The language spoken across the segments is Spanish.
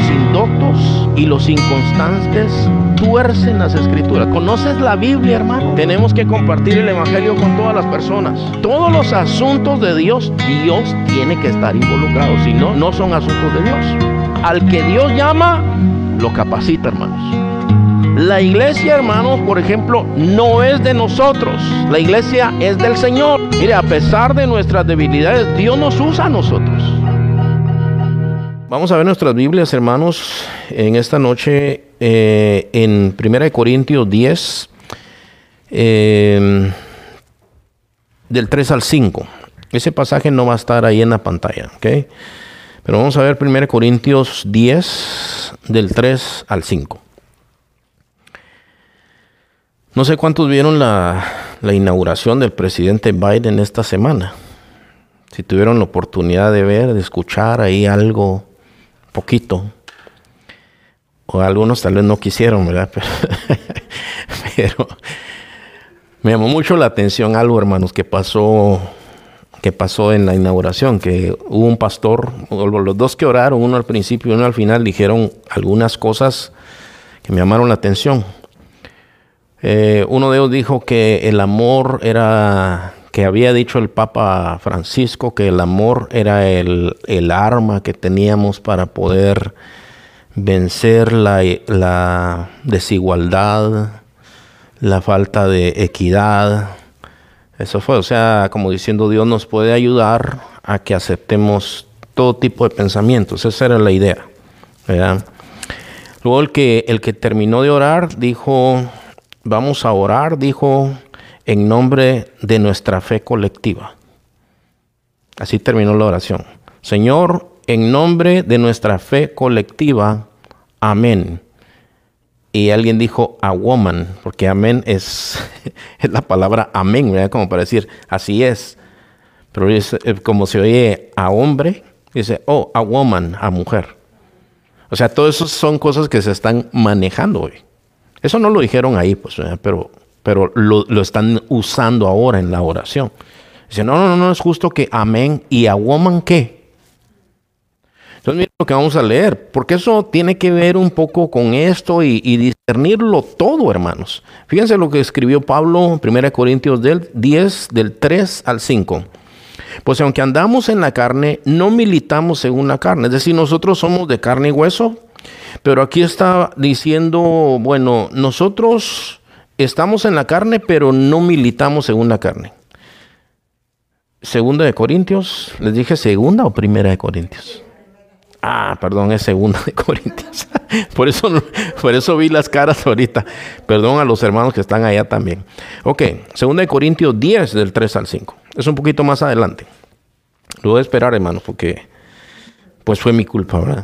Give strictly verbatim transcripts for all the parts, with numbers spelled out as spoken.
los indoctos y los inconstantes tuercen las escrituras. ¿Conoces la Biblia, hermano? Tenemos que compartir el evangelio con todas las personas. Todos los asuntos de Dios, Dios tiene que estar involucrado. Si no, no son asuntos de Dios. Al que Dios llama, lo capacita, hermanos. La iglesia, hermanos, por ejemplo, no es de nosotros. La iglesia es del Señor. Mire, a pesar de nuestras debilidades, Dios nos usa a nosotros. Vamos a ver nuestras Biblias, hermanos, en esta noche, eh, en primera de Corintios diez, eh, del tres al cinco. Ese pasaje no va a estar ahí en la pantalla, ¿ok? Pero vamos a ver primera de Corintios diez, del tres al cinco. No sé cuántos vieron la, la inauguración del presidente Biden esta semana. Si tuvieron la oportunidad de ver, de escuchar ahí algo, poquito. O algunos tal vez no quisieron, ¿verdad? Pero, pero me llamó mucho la atención algo, hermanos, que pasó, que pasó en la inauguración. Que hubo un pastor, los dos que oraron, uno al principio y uno al final, dijeron algunas cosas que me llamaron la atención. Eh, uno de ellos dijo que el amor era, que había dicho el Papa Francisco, que el amor era el, el arma que teníamos para poder vencer la, la desigualdad, la falta de equidad. Eso fue, o sea, como diciendo, Dios nos puede ayudar a que aceptemos todo tipo de pensamientos. Esa era la idea, ¿verdad? Luego el que, el que terminó de orar dijo... Vamos a orar, dijo, en nombre de nuestra fe colectiva. Así terminó la oración. Señor, en nombre de nuestra fe colectiva, amén. Y alguien dijo a woman, porque amén es, es la palabra amén, ¿verdad? Como para decir, así es. Pero es, como se oye a hombre, dice, oh, a woman, a mujer. O sea, todo eso son cosas que se están manejando hoy. Eso no lo dijeron ahí, pues, pero, pero lo, lo están usando ahora en la oración. Dice, no, no, no, es justo que amén y a woman qué. Entonces, miren lo que vamos a leer, porque eso tiene que ver un poco con esto y, y discernirlo todo, hermanos. Fíjense lo que escribió Pablo en primera de Corintios diez, del tres al cinco. Pues aunque andamos en la carne, no militamos según la carne. Es decir, nosotros somos de carne y hueso. Pero aquí está diciendo, bueno, nosotros estamos en la carne, pero no militamos según la carne. Segunda de Corintios, les dije segunda o primera de Corintios. Ah, perdón, es segunda de Corintios. Por eso, por eso vi las caras ahorita. Perdón a los hermanos que están allá también. Ok, segunda de Corintios diez, del tres al cinco. Es un poquito más adelante. Lo voy a esperar, hermanos, porque pues fue mi culpa, ¿verdad?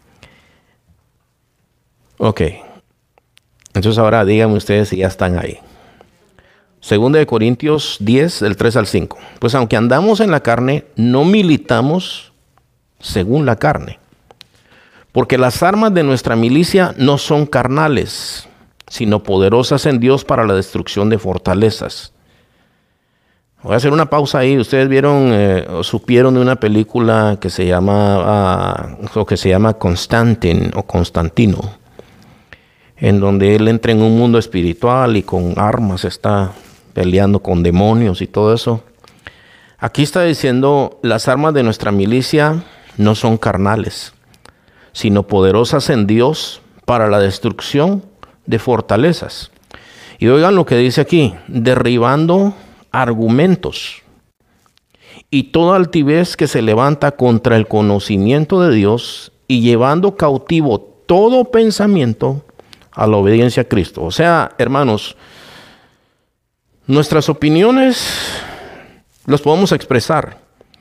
Ok, entonces ahora díganme ustedes si ya están ahí. Segunda de Corintios diez, del tres al cinco. Pues aunque andamos en la carne, no militamos según la carne. Porque las armas de nuestra milicia no son carnales, sino poderosas en Dios para la destrucción de fortalezas. Voy a hacer una pausa ahí. Ustedes vieron eh, o supieron de una película que se llama, uh, o que se llama Constantine o Constantino, en donde él entra en un mundo espiritual y con armas está peleando con demonios y todo eso. Aquí está diciendo, las armas de nuestra milicia no son carnales, sino poderosas en Dios para la destrucción de fortalezas. Y oigan lo que dice aquí, derribando argumentos y toda altivez que se levanta contra el conocimiento de Dios y llevando cautivo todo pensamiento a la obediencia a Cristo. O sea, hermanos, nuestras opiniones las podemos expresar,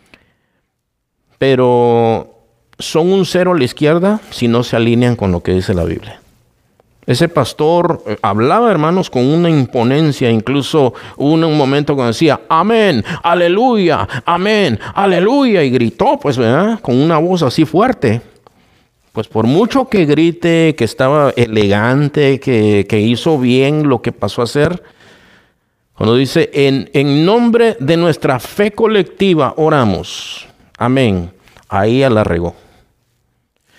pero son un cero a la izquierda si no se alinean con lo que dice la Biblia. Ese pastor hablaba, hermanos, con una imponencia. Incluso hubo un momento cuando decía, amén, aleluya, amén, aleluya. Y gritó, pues, ¿verdad? Con una voz así fuerte. Pues por mucho que grite, que estaba elegante, que, que hizo bien lo que pasó a hacer, cuando dice, en, en nombre de nuestra fe colectiva oramos, amén, ahí ya la regó.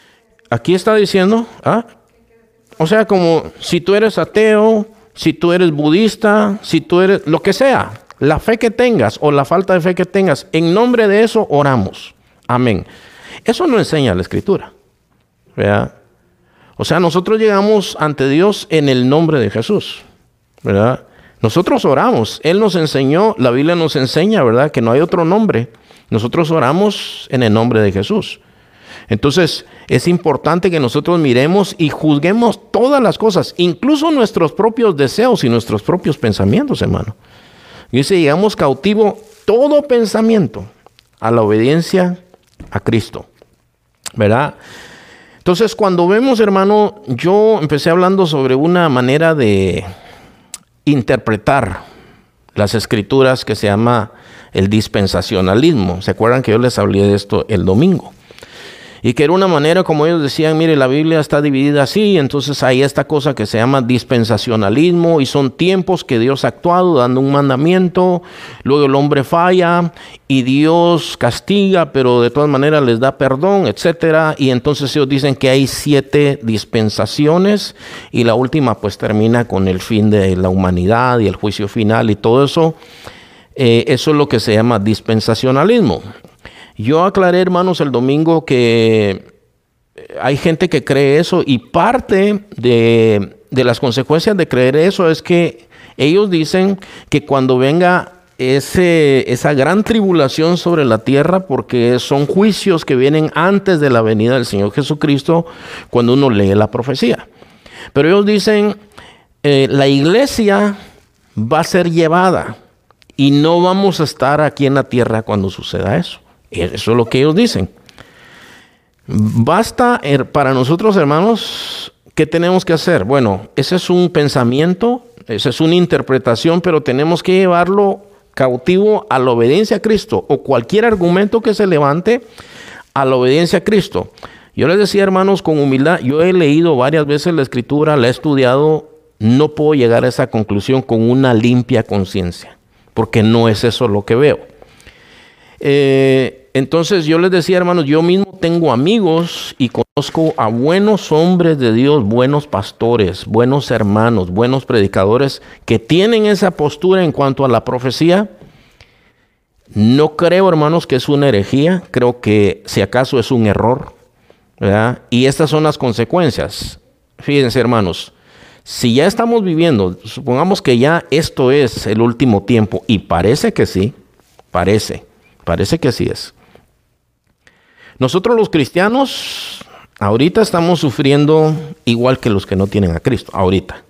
aquí está diciendo, ¿ah? O sea, como si tú eres ateo, si tú eres budista, si tú eres lo que sea, la fe que tengas o la falta de fe que tengas, en nombre de eso oramos. Amén. Eso no enseña la Escritura, ¿verdad? O sea, nosotros llegamos ante Dios en el nombre de Jesús, ¿verdad? Nosotros oramos. Él nos enseñó, la Biblia nos enseña, ¿verdad?, que no hay otro nombre. Nosotros oramos en el nombre de Jesús. Entonces, es importante que nosotros miremos y juzguemos todas las cosas, incluso nuestros propios deseos y nuestros propios pensamientos, hermano. Dice, llegamos cautivo todo pensamiento a la obediencia a Cristo, ¿verdad? Entonces, cuando vemos, hermano, yo empecé hablando sobre una manera de interpretar las Escrituras que se llama el dispensacionalismo. ¿Se acuerdan que yo les hablé de esto el domingo? Y que era una manera, como ellos decían, mire, la Biblia está dividida así, entonces hay esta cosa que se llama dispensacionalismo, y son tiempos que Dios ha actuado dando un mandamiento, luego el hombre falla, y Dios castiga, pero de todas maneras les da perdón, etcétera. Y entonces ellos dicen que hay siete dispensaciones, y la última pues termina con el fin de la humanidad y el juicio final y todo eso. Eh, eso es lo que se llama dispensacionalismo. Yo aclaré, hermanos, el domingo que hay gente que cree eso, y parte de, de las consecuencias de creer eso es que ellos dicen que cuando venga ese, esa gran tribulación sobre la tierra, porque son juicios que vienen antes de la venida del Señor Jesucristo, cuando uno lee la profecía. Pero ellos dicen, eh, la iglesia va a ser llevada y no vamos a estar aquí en la tierra cuando suceda eso. Eso es lo que ellos dicen. Basta para nosotros, hermanos, ¿qué tenemos que hacer? Bueno, ese es un pensamiento, esa es una interpretación, pero tenemos que llevarlo cautivo a la obediencia a Cristo, o cualquier argumento que se levante a la obediencia a Cristo. Yo les decía, hermanos, con humildad, yo he leído varias veces la Escritura, la he estudiado, no puedo llegar a esa conclusión con una limpia conciencia, porque no es eso lo que veo. Eh, entonces yo les decía, hermanos, yo mismo tengo amigos y conozco a buenos hombres de Dios, buenos pastores, buenos hermanos, buenos predicadores que tienen esa postura en cuanto a la profecía. No creo, hermanos, que es una herejía, creo que si acaso es un error, ¿verdad? Y estas son las consecuencias. Fíjense, hermanos, si ya estamos viviendo, supongamos que ya esto es el último tiempo, y parece que sí, parece. Parece que así es. Nosotros los cristianos ahorita estamos sufriendo igual que los que no tienen a Cristo, ahorita.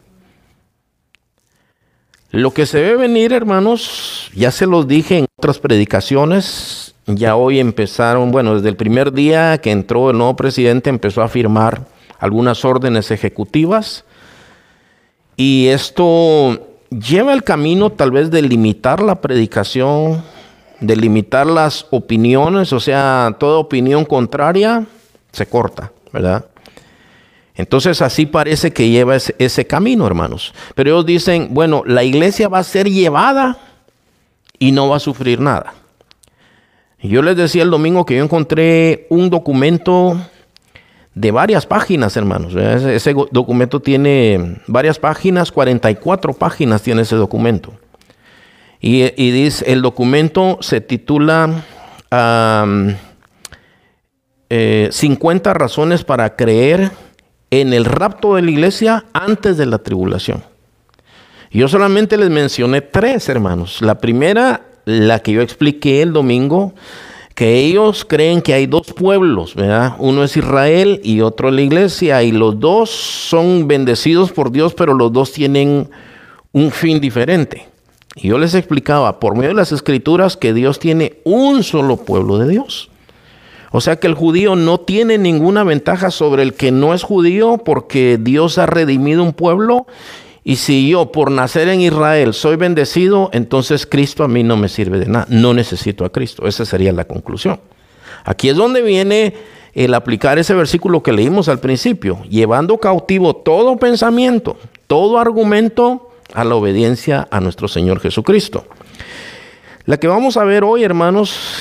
Lo que se ve venir, hermanos, ya se los dije en otras predicaciones, ya hoy empezaron, bueno, desde el primer día que entró el nuevo presidente empezó a firmar algunas órdenes ejecutivas, y esto lleva el camino tal vez de limitar la predicación, de limitar las opiniones, o sea, toda opinión contraria se corta, ¿verdad? Entonces así parece que lleva ese, ese camino, hermanos. Pero ellos dicen, bueno, la iglesia va a ser llevada y no va a sufrir nada. Y yo les decía el domingo que yo encontré un documento de varias páginas, hermanos. Ese, ese documento tiene varias páginas, cuarenta y cuatro páginas tiene ese documento. Y, y dice, el documento se titula um, eh, cincuenta razones para creer en el rapto de la iglesia antes de la tribulación. Yo solamente les mencioné tres, hermanos. La primera, la que yo expliqué el domingo, que ellos creen que hay dos pueblos, ¿verdad? Uno es Israel y otro la iglesia, y los dos son bendecidos por Dios, pero los dos tienen un fin diferente. Y yo les explicaba por medio de las Escrituras que Dios tiene un solo pueblo de Dios. O sea que el judío no tiene ninguna ventaja sobre el que no es judío, porque Dios ha redimido un pueblo. Y si yo por nacer en Israel soy bendecido, entonces Cristo a mí no me sirve de nada. No necesito a Cristo. Esa sería la conclusión. Aquí es donde viene el aplicar ese versículo que leímos al principio. Llevando cautivo todo pensamiento, todo argumento a la obediencia a nuestro Señor Jesucristo. La que vamos a ver hoy, hermanos,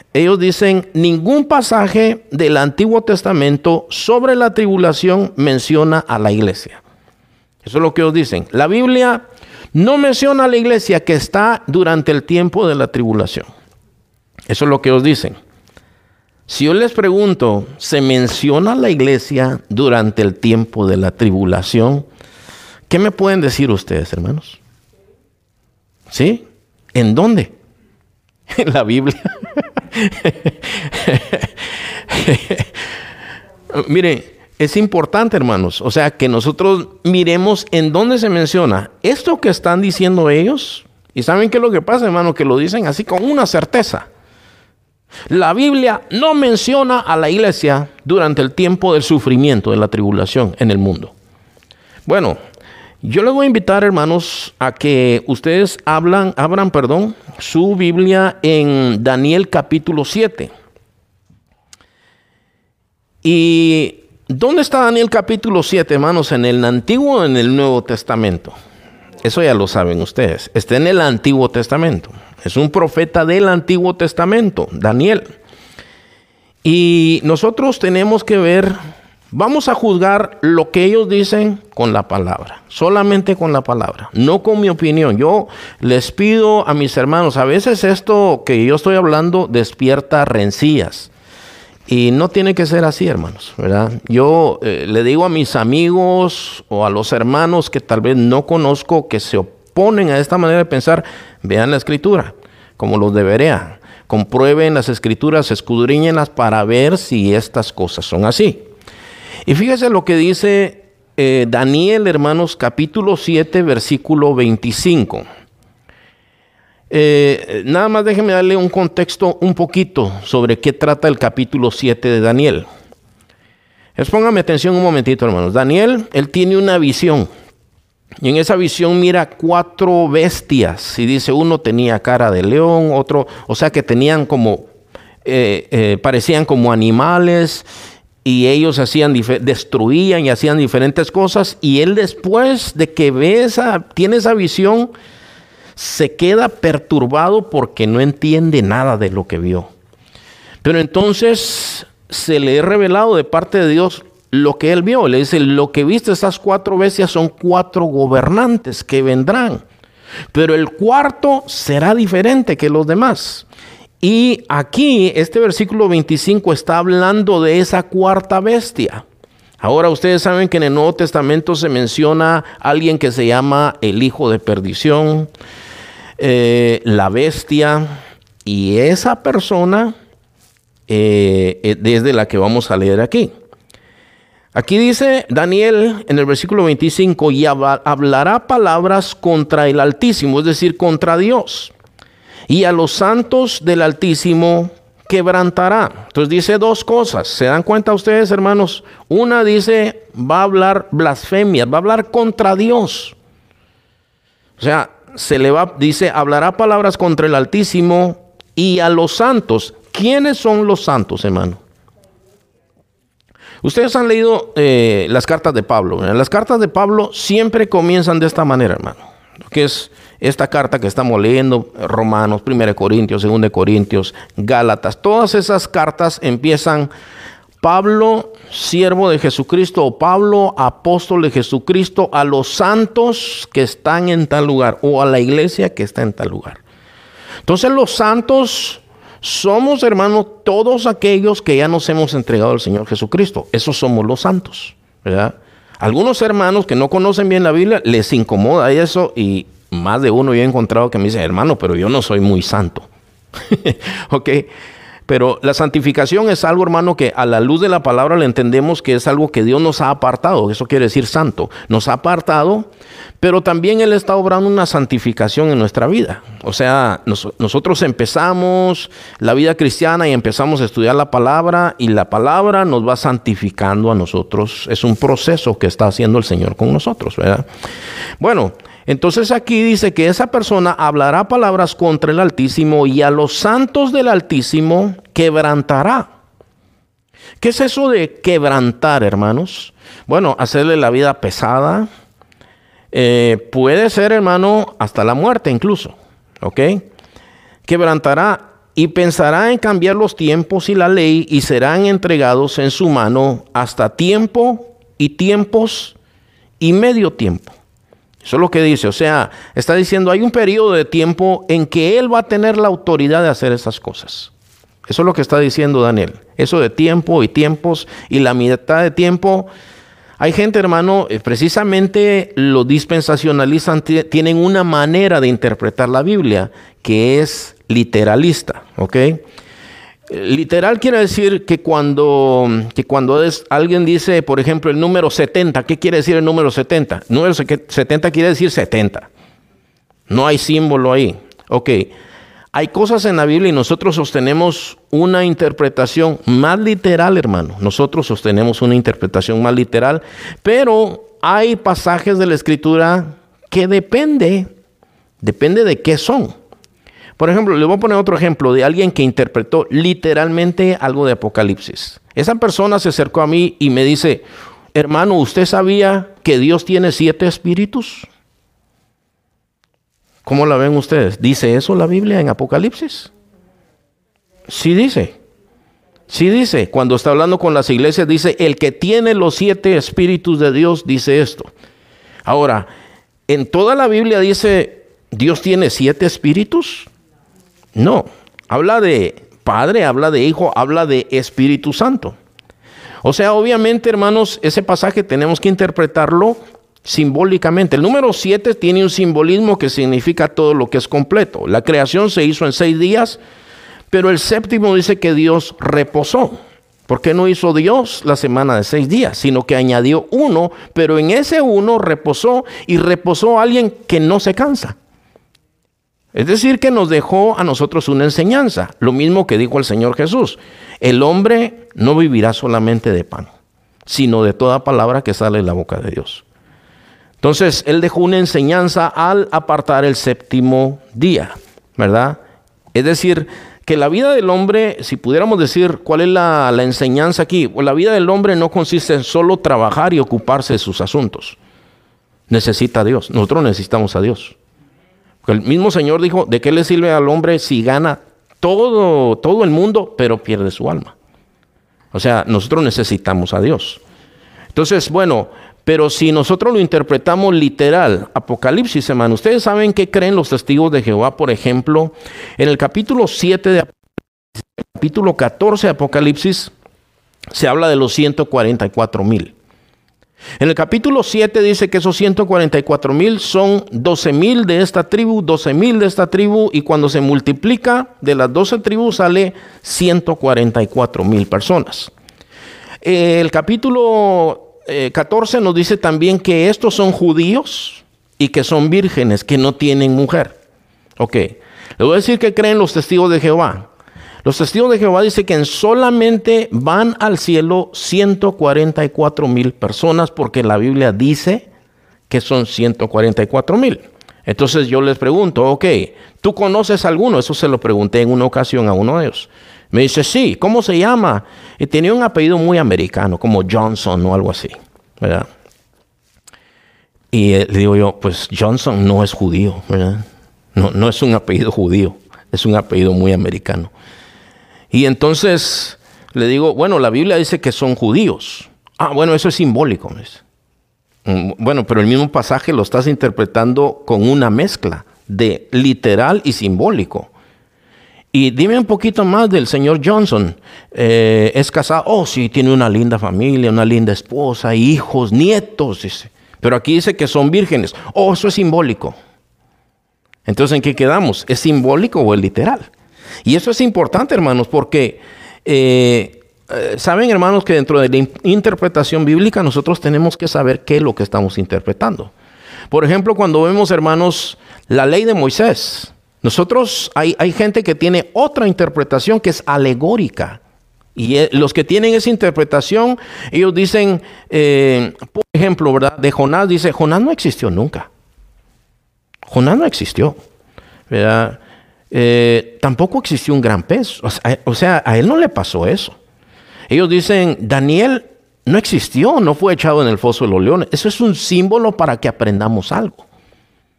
ellos dicen, ningún pasaje del Antiguo Testamento sobre la tribulación menciona a la iglesia. Eso es lo que ellos dicen. La Biblia no menciona a la iglesia que está durante el tiempo de la tribulación. Eso es lo que ellos dicen. Si yo les pregunto, ¿se menciona a la iglesia durante el tiempo de la tribulación? ¿Qué me pueden decir ustedes, hermanos? ¿Sí? ¿En dónde? En la Biblia. Mire, es importante, hermanos, o sea, que nosotros miremos en dónde se menciona esto que están diciendo ellos. ¿Y saben qué es lo que pasa, hermano? Que lo dicen así con una certeza. La Biblia no menciona a la iglesia durante el tiempo del sufrimiento, de la tribulación en el mundo. Bueno, yo les voy a invitar, hermanos, a que ustedes hablan, abran, perdón, su Biblia en Daniel capítulo siete. ¿Y dónde está Daniel capítulo siete, hermanos? ¿En el Antiguo o en el Nuevo Testamento? Eso ya lo saben ustedes. Está en el Antiguo Testamento. Es un profeta del Antiguo Testamento, Daniel. Y nosotros tenemos que ver, vamos a juzgar lo que ellos dicen con la palabra, solamente con la palabra, no con mi opinión. Yo les pido a mis hermanos, a veces esto que yo estoy hablando despierta rencillas. Y no tiene que ser así, hermanos, ¿verdad? Yo eh, le digo a mis amigos o a los hermanos que tal vez no conozco, que se oponen a esta manera de pensar, vean la Escritura, como los de Berea. Comprueben las Escrituras, escudriñenlas para ver si estas cosas son así. Y fíjese lo que dice eh, Daniel, hermanos, capítulo siete, versículo veinticinco. Eh, nada más déjenme darle un contexto un poquito sobre qué trata el capítulo siete de Daniel. Es, póngame atención un momentito, hermanos. Daniel, él tiene una visión. Y en esa visión mira cuatro bestias. Y dice, uno tenía cara de león, otro, o sea que tenían como, eh, eh, parecían como animales. Y ellos hacían, destruían y hacían diferentes cosas. Y él, después de que ve esa, tiene esa visión, se queda perturbado porque no entiende nada de lo que vio. Pero entonces se le ha revelado de parte de Dios lo que él vio. Le dice, lo que viste, esas cuatro bestias son cuatro gobernantes que vendrán. Pero el cuarto será diferente que los demás. Y aquí, este versículo veinticinco está hablando de esa cuarta bestia. Ahora ustedes saben que en el Nuevo Testamento se menciona a alguien que se llama el hijo de perdición, eh, la bestia, y esa persona eh, es desde la que vamos a leer aquí. Aquí dice Daniel en el versículo veinticinco, y hablará palabras contra el Altísimo, es decir, contra Dios, y a los santos del Altísimo quebrantará. Entonces dice dos cosas. ¿Se dan cuenta ustedes, hermanos? Una dice, va a hablar blasfemias, va a hablar contra Dios. O sea, se le va, dice, hablará palabras contra el Altísimo y a los santos. ¿Quiénes son los santos, hermano? Ustedes han leído eh, las cartas de Pablo, ¿verdad? Las cartas de Pablo siempre comienzan de esta manera, hermano. Que es esta carta que estamos leyendo, Romanos, primera de Corintios, segunda de Corintios, Gálatas. Todas esas cartas empiezan, Pablo, siervo de Jesucristo, o Pablo, apóstol de Jesucristo, a los santos que están en tal lugar, o a la iglesia que está en tal lugar. Entonces los santos somos, hermanos, todos aquellos que ya nos hemos entregado al Señor Jesucristo. Esos somos los santos, ¿verdad? Algunos hermanos que no conocen bien la Biblia les incomoda eso, y más de uno yo he encontrado que me dice, hermano, pero yo no soy muy santo. Ok, pero la santificación es algo, hermano, que a la luz de la palabra le entendemos que es algo que Dios nos ha apartado. Eso quiere decir santo. Nos ha apartado, pero también Él está obrando una santificación en nuestra vida. O sea, nos, nosotros empezamos la vida cristiana y empezamos a estudiar la palabra, y la palabra nos va santificando a nosotros. Es un proceso que está haciendo el Señor con nosotros, ¿verdad? Bueno, entonces aquí dice que esa persona hablará palabras contra el Altísimo y a los santos del Altísimo quebrantará. ¿Qué es eso de quebrantar, hermanos? Bueno, hacerle la vida pesada. Eh, puede ser, hermano, hasta la muerte incluso. ¿Ok? Quebrantará. y pensará en cambiar los tiempos y la ley, y serán entregados en su mano hasta tiempo y tiempos y medio tiempo. Eso es lo que dice. O sea, está diciendo, hay un periodo de tiempo en que Él va a tener la autoridad de hacer esas cosas. Eso es lo que está diciendo Daniel. Eso de tiempo y tiempos y la mitad de tiempo. Hay gente, hermano, precisamente los dispensacionalistas tienen una manera de interpretar la Biblia que es literalista, ¿ok? Literal quiere decir que cuando, que cuando es, alguien dice, por ejemplo, el número setenta, ¿qué quiere decir el número setenta? El número setenta quiere decir setenta. No hay símbolo ahí. Ok. Hay cosas en la Biblia y nosotros sostenemos una interpretación más literal, hermano. Nosotros sostenemos una interpretación más literal, pero hay pasajes de la Escritura que depende, depende de qué son. Por ejemplo, le voy a poner otro ejemplo de alguien que interpretó literalmente algo de Apocalipsis. Esa persona se acercó a mí y me dice, hermano, ¿usted sabía que Dios tiene siete espíritus? ¿Cómo la ven ustedes? ¿Dice eso la Biblia en Apocalipsis? Sí dice. Sí dice. Cuando está hablando con las iglesias dice, el que tiene los siete espíritus de Dios dice esto. Ahora, ¿en toda la Biblia dice Dios tiene siete espíritus? No. Habla de Padre, habla de Hijo, habla de Espíritu Santo. O sea, obviamente, hermanos, ese pasaje tenemos que interpretarlo simbólicamente. El número siete tiene un simbolismo que significa todo lo que es completo. La creación se hizo en seis días, pero el séptimo dice que Dios reposó. ¿Por qué no hizo Dios la semana de seis días? Sino que añadió uno, pero en ese uno reposó y reposó alguien que no se cansa. Es decir, que nos dejó a nosotros una enseñanza. Lo mismo que dijo el Señor Jesús. El hombre no vivirá solamente de pan, sino de toda palabra que sale de la boca de Dios. Entonces, Él dejó una enseñanza al apartar el séptimo día, ¿verdad? Es decir, que la vida del hombre, si pudiéramos decir cuál es la, la enseñanza aquí, pues la vida del hombre no consiste en solo trabajar y ocuparse de sus asuntos. Necesita a Dios. Nosotros necesitamos a Dios. El mismo Señor dijo, ¿de qué le sirve al hombre si gana todo, todo el mundo, pero pierde su alma? O sea, nosotros necesitamos a Dios. Entonces, bueno, pero si nosotros lo interpretamos literal, Apocalipsis, hermano, ustedes saben qué creen los testigos de Jehová, por ejemplo, en el capítulo siete de Apocalipsis, capítulo catorce de Apocalipsis, se habla de los ciento cuarenta y cuatro mil. En el capítulo siete dice que esos ciento cuarenta y cuatro mil son doce mil de esta tribu, doce mil de esta tribu, y cuando se multiplica de las doce tribus sale ciento cuarenta y cuatro mil personas. El capítulo eh, catorce nos dice también que estos son judíos y que son vírgenes, que no tienen mujer. Ok, le voy a decir que creen los testigos de Jehová. Los testigos de Jehová dicen que solamente van al cielo ciento cuarenta y cuatro mil personas, porque la Biblia dice que son ciento cuarenta y cuatro mil. Entonces yo les pregunto, ok, ¿tú conoces alguno? Eso se lo pregunté en una ocasión a uno de ellos. Me dice, sí, ¿cómo se llama? Y tenía un apellido muy americano, como Johnson o algo así, ¿verdad? Y eh, le digo yo, pues Johnson no es judío, ¿verdad? No, no es un apellido judío, es un apellido muy americano. Y entonces le digo, bueno, la Biblia dice que son judíos. Ah, bueno, eso es simbólico. Bueno, pero el mismo pasaje lo estás interpretando con una mezcla de literal y simbólico. Y dime un poquito más del señor Johnson. Eh, ¿Es casado? Oh, sí, tiene una linda familia, una linda esposa, hijos, nietos, dice. Pero aquí dice que son vírgenes. Oh, eso es simbólico. Entonces, ¿en qué quedamos? ¿Es simbólico o es literal? Y eso es importante, hermanos, porque eh, eh, saben, hermanos, que dentro de la in- interpretación bíblica nosotros tenemos que saber qué es lo que estamos interpretando. Por ejemplo, cuando vemos, hermanos, la ley de Moisés, nosotros hay, hay gente que tiene otra interpretación que es alegórica. Y eh, los que tienen esa interpretación, ellos dicen, eh, por ejemplo, ¿verdad? De Jonás, dice, Jonás no existió nunca. Jonás no existió, ¿verdad? Eh, tampoco existió un gran pez. O sea, o sea, a él no le pasó eso. Ellos dicen, Daniel no existió, no fue echado en el foso de los leones. Eso es un símbolo para que aprendamos algo.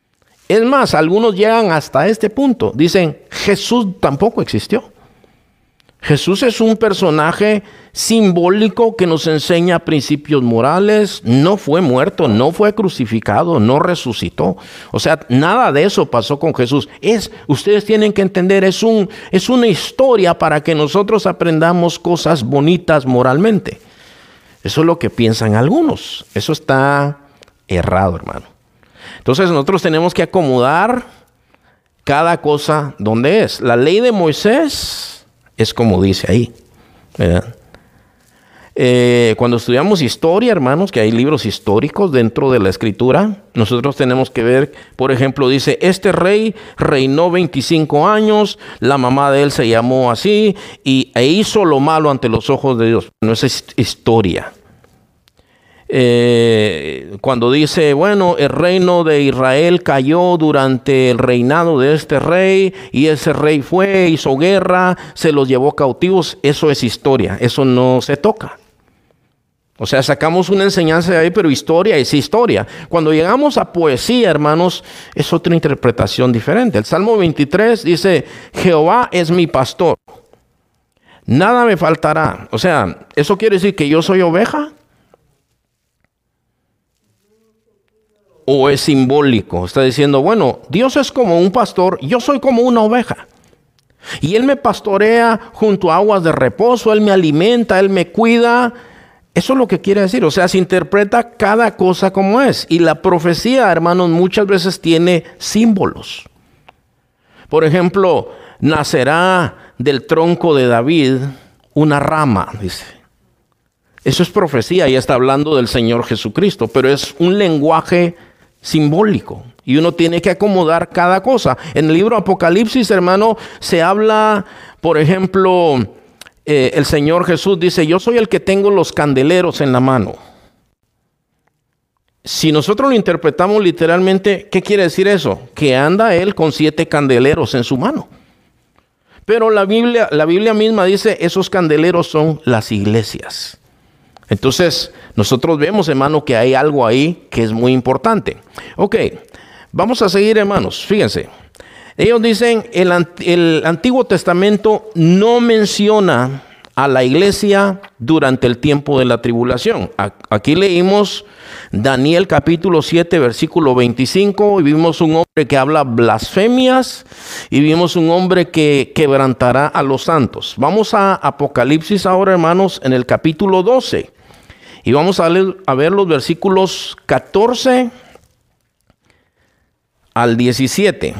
Es más, algunos llegan hasta este punto. Dicen, Jesús tampoco existió. Jesús es un personaje simbólico que nos enseña principios morales. No fue muerto, no fue crucificado, no resucitó. O sea, nada de eso pasó con Jesús. Es, ustedes tienen que entender, es, un, es una historia para que nosotros aprendamos cosas bonitas moralmente. Eso es lo que piensan algunos. Eso está errado, hermano. Entonces nosotros tenemos que acomodar cada cosa donde es. La ley de Moisés es como dice ahí, ¿verdad? Eh, cuando estudiamos historia, hermanos, que hay libros históricos dentro de la escritura, nosotros tenemos que ver, por ejemplo, dice, este rey reinó veinticinco años, la mamá de él se llamó así, y, e hizo lo malo ante los ojos de Dios. No es historia. Eh, cuando dice, bueno, el reino de Israel cayó durante el reinado de este rey y ese rey fue, hizo guerra, se los llevó cautivos, eso es historia, eso no se toca. O sea, sacamos una enseñanza de ahí, pero historia es historia. Cuando llegamos a poesía, hermanos, es otra interpretación diferente. El Salmo veintitrés dice, Jehová es mi pastor, nada me faltará. O sea, ¿eso quiere decir que yo soy oveja? ¿O es simbólico? Está diciendo, bueno, Dios es como un pastor, yo soy como una oveja. Y Él me pastorea junto a aguas de reposo, Él me alimenta, Él me cuida. Eso es lo que quiere decir. O sea, se interpreta cada cosa como es. Y la profecía, hermanos, muchas veces tiene símbolos. Por ejemplo, nacerá del tronco de David una rama, dice. Eso es profecía, ya está hablando del Señor Jesucristo, pero es un lenguaje simbólico y uno tiene que acomodar cada cosa. En el libro Apocalipsis, hermano, se habla, por ejemplo, eh, el Señor Jesús dice, yo soy el que tengo los candeleros en la mano. Si nosotros lo interpretamos literalmente, ¿qué quiere decir eso? Que anda Él con siete candeleros en su mano. Pero la Biblia, la Biblia misma dice, esos candeleros son las iglesias. Entonces, nosotros vemos, hermano, que hay algo ahí que es muy importante. Ok, vamos a seguir, hermanos. Fíjense, ellos dicen, el, el Antiguo Testamento no menciona a la iglesia durante el tiempo de la tribulación. Aquí leímos Daniel capítulo siete, versículo veinticinco, y vimos un hombre que habla blasfemias, y vimos un hombre que quebrantará a los santos. Vamos a Apocalipsis ahora, hermanos, en el capítulo doce. Y vamos a, leer, a ver los versículos catorce al diecisiete.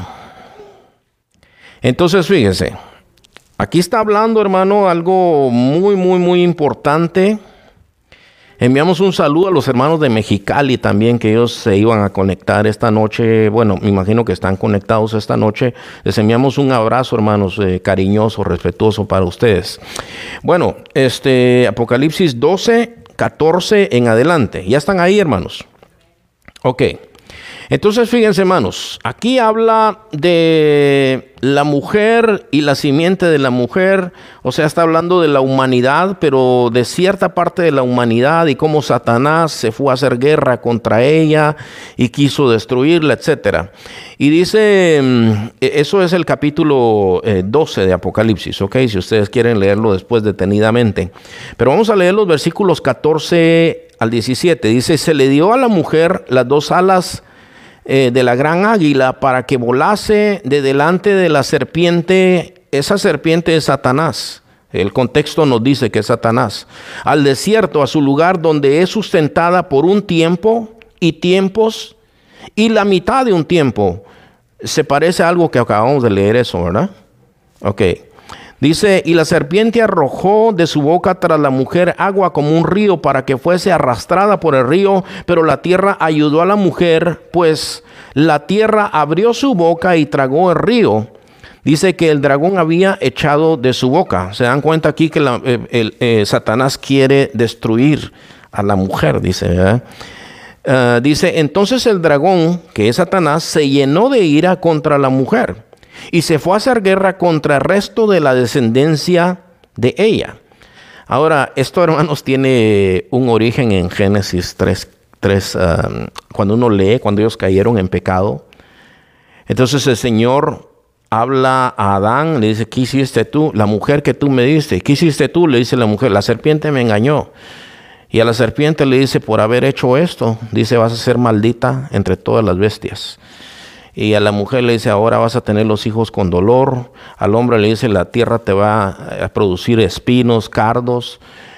Entonces, fíjense. Aquí está hablando, hermano, algo muy, muy, muy importante. Enviamos un saludo a los hermanos de Mexicali también, que ellos se iban a conectar esta noche. Bueno, me imagino que están conectados esta noche. Les enviamos un abrazo, hermanos, eh, cariñoso, respetuoso para ustedes. Bueno, este Apocalipsis doce, catorce en adelante. ¿Ya están ahí, hermanos? Ok. Entonces, fíjense, hermanos, aquí habla de la mujer y la simiente de la mujer. O sea, está hablando de la humanidad, pero de cierta parte de la humanidad y cómo Satanás se fue a hacer guerra contra ella y quiso destruirla, etcétera. Y dice, eso es el capítulo eh, doce de Apocalipsis, ok, si ustedes quieren leerlo después detenidamente. Pero vamos a leer los versículos catorce al diecisiete. Dice, se le dio a la mujer las dos alas Eh, de la gran águila para que volase de delante de la serpiente. Esa serpiente es Satanás. El contexto nos dice que es Satanás. Al desierto, a su lugar donde es sustentada por un tiempo y tiempos y la mitad de un tiempo. Se parece a algo que acabamos de leer eso, ¿verdad? Ok. Dice, y la serpiente arrojó de su boca tras la mujer agua como un río para que fuese arrastrada por el río, pero la tierra ayudó a la mujer, pues la tierra abrió su boca y tragó el río. Dice que el dragón había echado de su boca. Se dan cuenta aquí que la, el, el, eh, Satanás quiere destruir a la mujer, dice, ¿verdad? Uh, dice, entonces el dragón, que es Satanás, se llenó de ira contra la mujer y se fue a hacer guerra contra el resto de la descendencia de ella. Ahora, esto, hermanos, tiene un origen en Génesis tres, tres um, cuando uno lee, cuando ellos cayeron en pecado. Entonces el Señor habla a Adán, le dice, ¿qué hiciste tú? La mujer que tú me diste, ¿qué hiciste tú? Le dice la mujer, la serpiente me engañó. Y a la serpiente le dice, por haber hecho esto, dice, vas a ser maldita entre todas las bestias. Y a la mujer le dice, ahora vas a tener los hijos con dolor. Al hombre le dice, la tierra te va a producir espinos, cardos.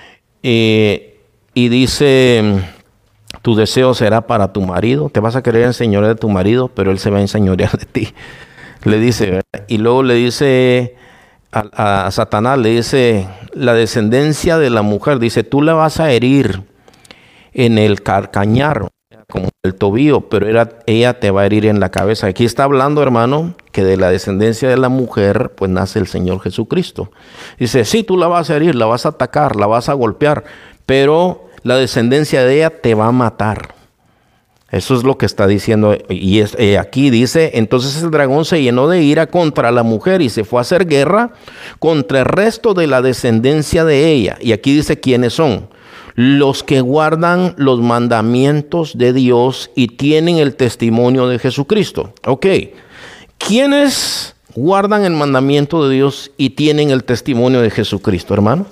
Eh, y dice, tu deseo será para tu marido. Te vas a querer enseñorear de tu marido, pero él se va a enseñorear de ti. Le dice, ¿verdad? Y luego le dice a, a Satanás, le dice, la descendencia de la mujer, dice, tú la vas a herir en el calcañar, como el tobillo, pero era, ella te va a herir en la cabeza. Aquí está hablando, hermano, que de la descendencia de la mujer, pues nace el Señor Jesucristo. Dice, sí, tú la vas a herir, la vas a atacar, la vas a golpear, pero la descendencia de ella te va a matar. Eso es lo que está diciendo. Y es, eh, aquí dice, entonces el dragón se llenó de ira contra la mujer y se fue a hacer guerra contra el resto de la descendencia de ella. Y aquí dice quiénes son. Los que guardan los mandamientos de Dios y tienen el testimonio de Jesucristo. Ok. ¿Quiénes guardan el mandamiento de Dios y tienen el testimonio de Jesucristo, hermano?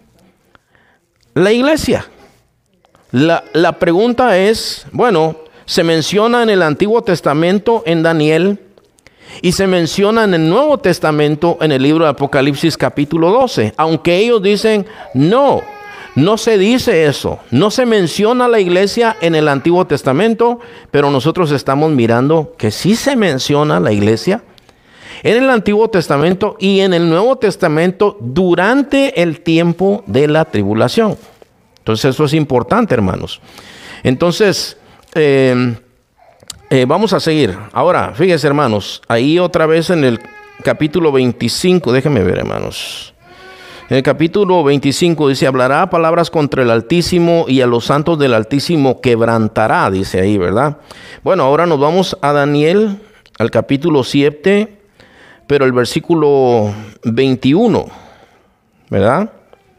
La iglesia. La, la pregunta es, bueno, se menciona en el Antiguo Testamento en Daniel y se menciona en el Nuevo Testamento en el libro de Apocalipsis capítulo doce. Aunque ellos dicen, no, no se dice eso. No se menciona la iglesia en el Antiguo Testamento, pero nosotros estamos mirando que sí se menciona la iglesia en el Antiguo Testamento y en el Nuevo Testamento durante el tiempo de la tribulación. Entonces eso es importante, hermanos. Entonces, eh, eh, vamos a seguir. Ahora, fíjense, hermanos, ahí otra vez en el capítulo veinticinco, déjenme ver, hermanos. En el capítulo veinticinco dice, hablará palabras contra el Altísimo y a los santos del Altísimo quebrantará, dice ahí, ¿verdad? Bueno, ahora nos vamos a Daniel, al capítulo siete, pero el versículo veintiuno, ¿verdad?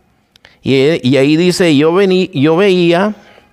Y, y ahí dice, yo, vení, yo veía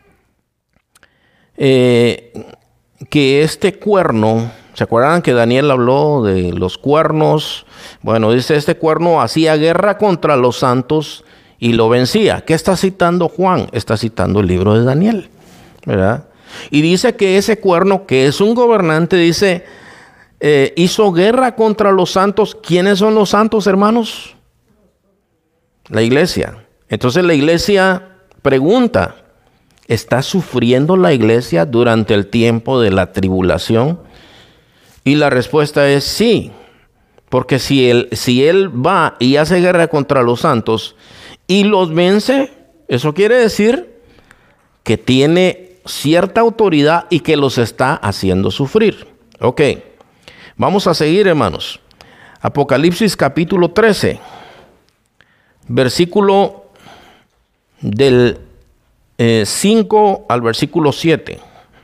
eh, que este cuerno, ¿se acuerdan que Daniel habló de los cuernos? Bueno, dice, este cuerno hacía guerra contra los santos y lo vencía. ¿Qué está citando Juan? Está citando el libro de Daniel, ¿verdad? Y dice que ese cuerno, que es un gobernante, dice, eh, hizo guerra contra los santos. ¿Quiénes son los santos, hermanos? La iglesia. Entonces la iglesia pregunta, ¿está sufriendo la iglesia durante el tiempo de la tribulación? Y la respuesta es sí, porque si él, si él va y hace guerra contra los santos y los vence, eso quiere decir que tiene cierta autoridad y que los está haciendo sufrir. Ok, vamos a seguir, hermanos. Apocalipsis capítulo trece, versículo del eh, cinco al versículo siete.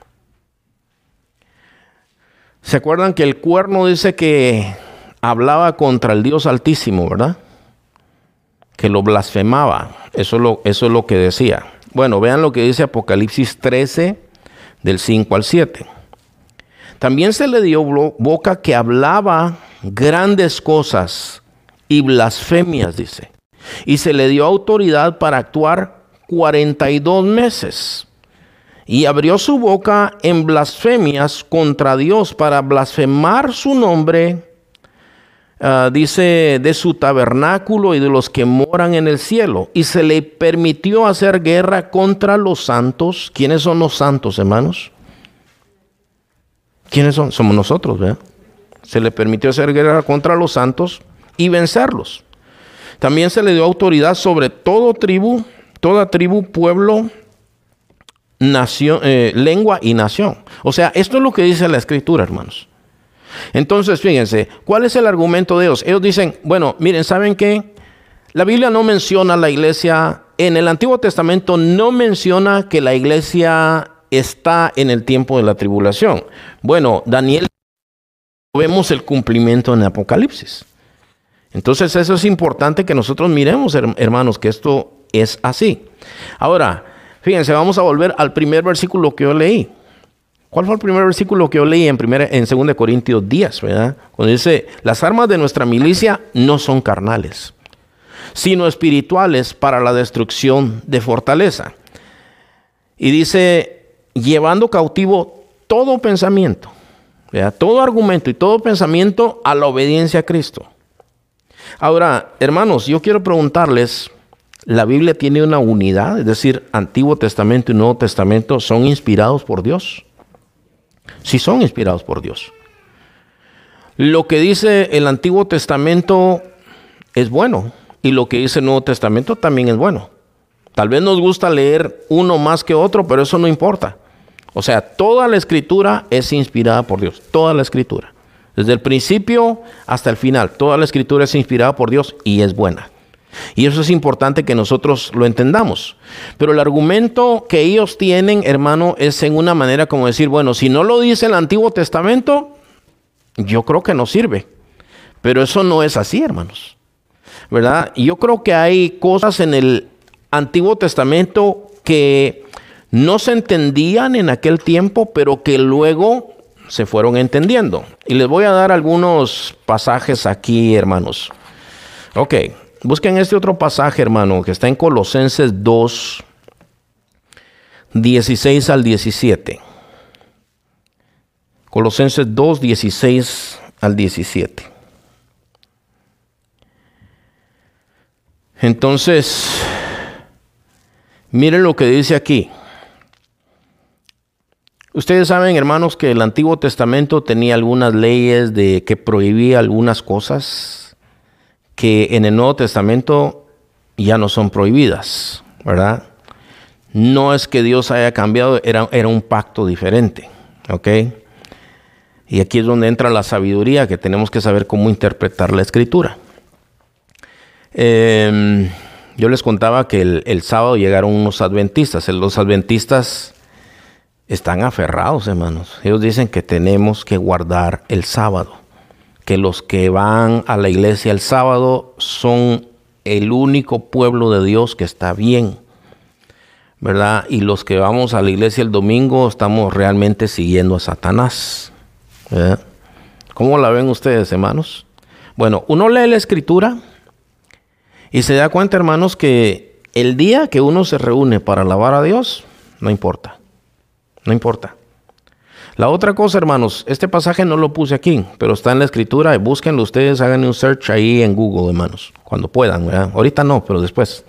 ¿Se acuerdan que el cuerno dice que hablaba contra el Dios Altísimo, verdad? Que lo blasfemaba. Eso es lo, eso es lo que decía. Bueno, vean lo que dice Apocalipsis trece, del cinco al siete. También se le dio boca que hablaba grandes cosas y blasfemias, dice. Y se le dio autoridad para actuar cuarenta y dos meses. Y abrió su boca en blasfemias contra Dios para blasfemar su nombre, uh, dice, de su tabernáculo y de los que moran en el cielo. Y se le permitió hacer guerra contra los santos. ¿Quiénes son los santos, hermanos? ¿Quiénes son? Somos nosotros, ¿verdad? Se le permitió hacer guerra contra los santos y vencerlos. También se le dio autoridad sobre todo tribu, toda tribu, pueblo, nación, eh, lengua y nación. O sea, esto es lo que dice la Escritura, hermanos. Entonces, fíjense, ¿cuál es el argumento de ellos? Ellos dicen, bueno, miren, ¿saben qué? La Biblia no menciona la iglesia, en el Antiguo Testamento no menciona que la iglesia está en el tiempo de la tribulación. Bueno, Daniel, vemos el cumplimiento en Apocalipsis. Entonces eso es importante que nosotros miremos, hermanos, que esto es así. Ahora, fíjense, vamos a volver al primer versículo que yo leí. ¿Cuál fue el primer versículo que yo leí en, primera, en dos Corintios diez, ¿verdad? Cuando dice, las armas de nuestra milicia no son carnales, sino espirituales para la destrucción de fortaleza. Y dice, llevando cautivo todo pensamiento, ¿verdad? Todo argumento y todo pensamiento a la obediencia a Cristo. Ahora, hermanos, yo quiero preguntarles, ¿la Biblia tiene una unidad? Es decir, Antiguo Testamento y Nuevo Testamento son inspirados por Dios. Sí son inspirados por Dios. Lo que dice el Antiguo Testamento es bueno y lo que dice el Nuevo Testamento también es bueno. Tal vez nos gusta leer uno más que otro, pero eso no importa. O sea, toda la Escritura es inspirada por Dios, toda la Escritura. Desde el principio hasta el final, toda la Escritura es inspirada por Dios y es buena. Y eso es importante que nosotros lo entendamos. Pero el argumento que ellos tienen, hermano, es en una manera como decir, bueno, si no lo dice el Antiguo Testamento, yo creo que no sirve. Pero eso no es así, hermanos, ¿verdad? Y yo creo que hay cosas en el Antiguo Testamento que no se entendían en aquel tiempo, pero que luego se fueron entendiendo. Y les voy a dar algunos pasajes aquí, hermanos. Ok. Busquen este otro pasaje, hermano, que está en Colosenses dos, dieciséis al diecisiete. Colosenses dos, dieciséis al diecisiete. Entonces, miren lo que dice aquí. Ustedes saben, hermanos, que el Antiguo Testamento tenía algunas leyes de que prohibía algunas cosas que en el Nuevo Testamento ya no son prohibidas, ¿verdad? No es que Dios haya cambiado, era, era un pacto diferente, ¿ok? Y aquí es donde entra la sabiduría, que tenemos que saber cómo interpretar la Escritura. Eh, yo les contaba que el, el sábado llegaron unos adventistas. Los adventistas están aferrados, hermanos. Ellos dicen que tenemos que guardar el sábado, que los que van a la iglesia el sábado son el único pueblo de Dios que está bien, ¿verdad? Y los que vamos a la iglesia el domingo estamos realmente siguiendo a Satanás, ¿verdad? ¿Cómo la ven ustedes, hermanos? Bueno, uno lee la Escritura y se da cuenta, hermanos, que el día que uno se reúne para alabar a Dios, no importa, no importa. La otra cosa, hermanos, este pasaje no lo puse aquí, pero está en la Escritura. Búsquenlo ustedes, hagan un search ahí en Google, hermanos, cuando puedan, ¿verdad? Ahorita no, pero después.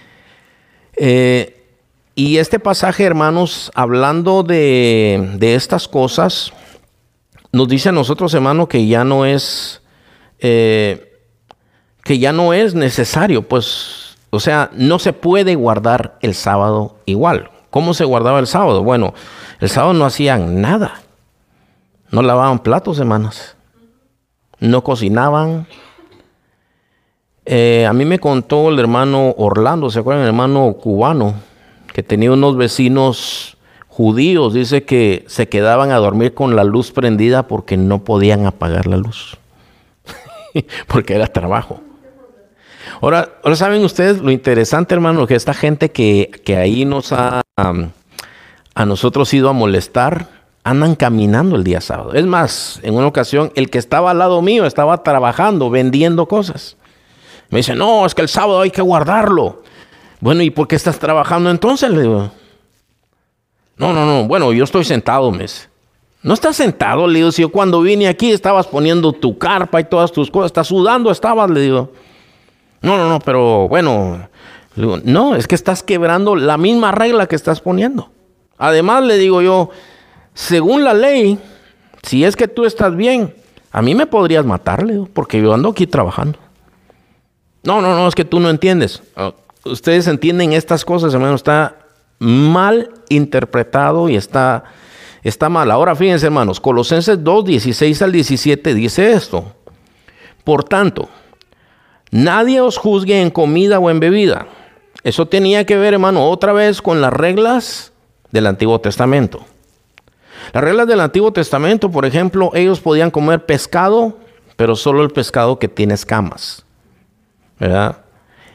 Eh, y este pasaje, hermanos, hablando de, de estas cosas, nos dice a nosotros, hermanos, que ya no es, eh, que ya no es necesario, pues, o sea, no se puede guardar el sábado igual. ¿Cómo se guardaba el sábado? Bueno, el sábado no hacían nada. No lavaban platos, hermanos. No cocinaban. Eh, a mí me contó el hermano Orlando, ¿se acuerdan? El hermano cubano, que tenía unos vecinos judíos. Dice que se quedaban a dormir con la luz prendida porque no podían apagar la luz. Porque era trabajo. Ahora, ahora saben ustedes lo interesante, hermano, que esta gente que, que ahí nos ha um, a nosotros ido a molestar, andan caminando el día sábado. Es más, en una ocasión, el que estaba al lado mío estaba trabajando, vendiendo cosas. Me dice, no, es que el sábado hay que guardarlo. Bueno, ¿y por qué estás trabajando entonces? Le digo, no, no, no, bueno, yo estoy sentado, me dice. No estás sentado, le digo, si yo cuando vine aquí estabas poniendo tu carpa y todas tus cosas, estás sudando, estabas, le digo. No, no, no, pero bueno, le digo, no, es que estás quebrando la misma regla que estás poniendo. Además, le digo yo, según la ley, si es que tú estás bien, a mí me podrías matar, le digo, porque yo ando aquí trabajando. No, no, no, es que tú no entiendes. Uh, ustedes entienden estas cosas, hermano, está mal interpretado y está, está mal. Ahora fíjense, hermanos, Colosenses dos, dieciséis al diecisiete dice esto. Por tanto, nadie os juzgue en comida o en bebida. Eso tenía que ver, hermano, otra vez con las reglas del Antiguo Testamento. Las reglas del Antiguo Testamento, por ejemplo, ellos podían comer pescado, pero solo el pescado que tiene escamas, ¿verdad?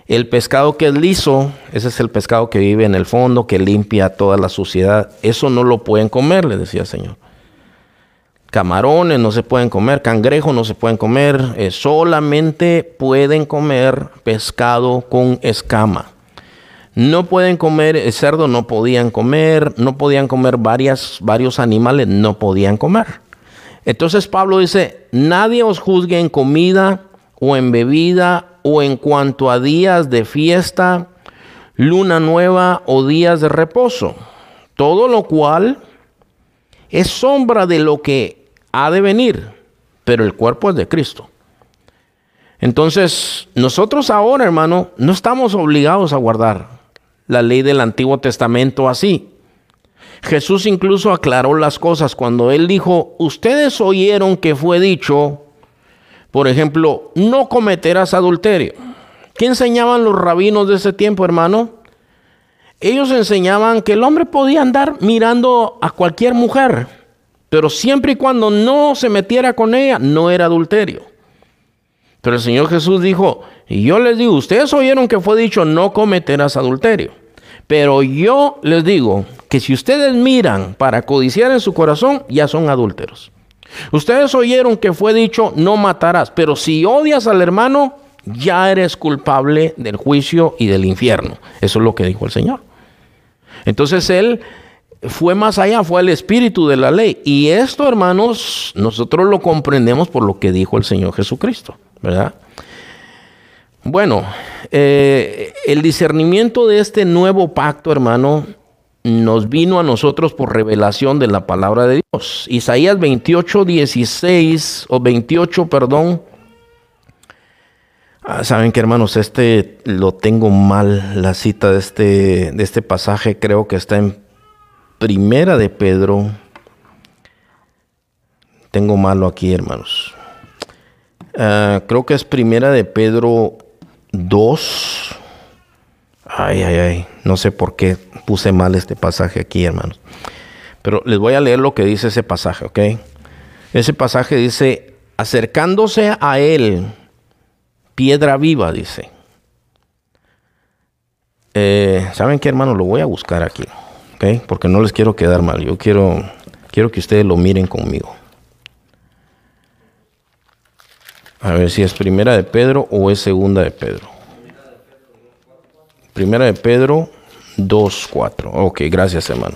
El pescado que es liso, ese es el pescado que vive en el fondo, que limpia toda la suciedad. Eso no lo pueden comer, le decía el Señor. Camarones no se pueden comer, cangrejos no se pueden comer. Eh, solamente pueden comer pescado con escama. No pueden comer, el cerdo no podían comer, no podían comer varias, varios animales, no podían comer. Entonces Pablo dice, nadie os juzgue en comida o en bebida o en cuanto a días de fiesta, luna nueva o días de reposo. Todo lo cual es sombra de lo que ha de venir, pero el cuerpo es de Cristo. Entonces, nosotros ahora, hermano, no estamos obligados a guardar la ley del Antiguo Testamento así. Jesús incluso aclaró las cosas cuando él dijo, ustedes oyeron que fue dicho, por ejemplo, no cometerás adulterio. ¿Qué enseñaban los rabinos de ese tiempo, hermano? Ellos enseñaban que el hombre podía andar mirando a cualquier mujer, pero siempre y cuando no se metiera con ella, no era adulterio. Pero el Señor Jesús dijo, y yo les digo, ustedes oyeron que fue dicho, no cometerás adulterio. Pero yo les digo que si ustedes miran para codiciar en su corazón, ya son adúlteros. Ustedes oyeron que fue dicho, no matarás. Pero si odias al hermano, ya eres culpable del juicio y del infierno. Eso es lo que dijo el Señor. Entonces él fue más allá, fue el espíritu de la ley. Y esto, hermanos, nosotros lo comprendemos por lo que dijo el Señor Jesucristo, ¿verdad? Bueno, eh, el discernimiento de este nuevo pacto, hermano, nos vino a nosotros por revelación de la palabra de Dios. Isaías veintiocho, dieciséis, o veintiocho, perdón. Ah, Saben que, hermanos, este lo tengo mal, la cita de este, de este pasaje, creo que está en Primera de Pedro. Tengo malo aquí, hermanos. Uh, creo que es Primera de Pedro dos. Ay, ay, ay. No sé por qué puse mal este pasaje aquí, hermanos. Pero les voy a leer lo que dice ese pasaje, ¿ok? Ese pasaje dice, acercándose a él, piedra viva, dice. Eh, ¿Saben qué, hermanos? Lo voy a buscar aquí, ¿ok? Porque no les quiero quedar mal. Yo quiero, quiero que ustedes lo miren conmigo. A ver si es Primera de Pedro o es Segunda de Pedro. Primera de Pedro dos, cuatro. Ok, gracias, hermano.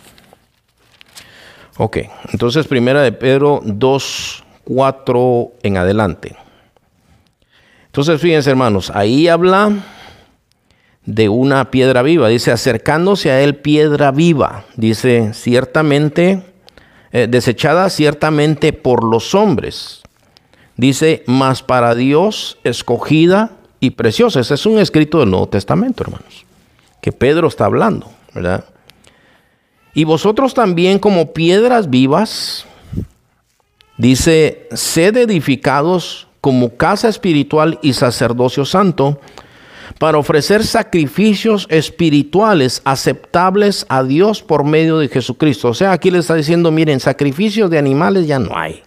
Ok, entonces Primera de Pedro dos, cuatro en adelante. Entonces, fíjense, hermanos, ahí habla de una piedra viva. Dice, acercándose a él piedra viva. Dice, ciertamente, eh, desechada ciertamente por los hombres. Dice, mas para Dios escogida y preciosa. Ese es un escrito del Nuevo Testamento, hermanos, que Pedro está hablando, ¿verdad? Y vosotros también como piedras vivas, dice, sed edificados como casa espiritual y sacerdocio santo, para ofrecer sacrificios espirituales aceptables a Dios por medio de Jesucristo. O sea, aquí le está diciendo, miren, sacrificios de animales ya no hay.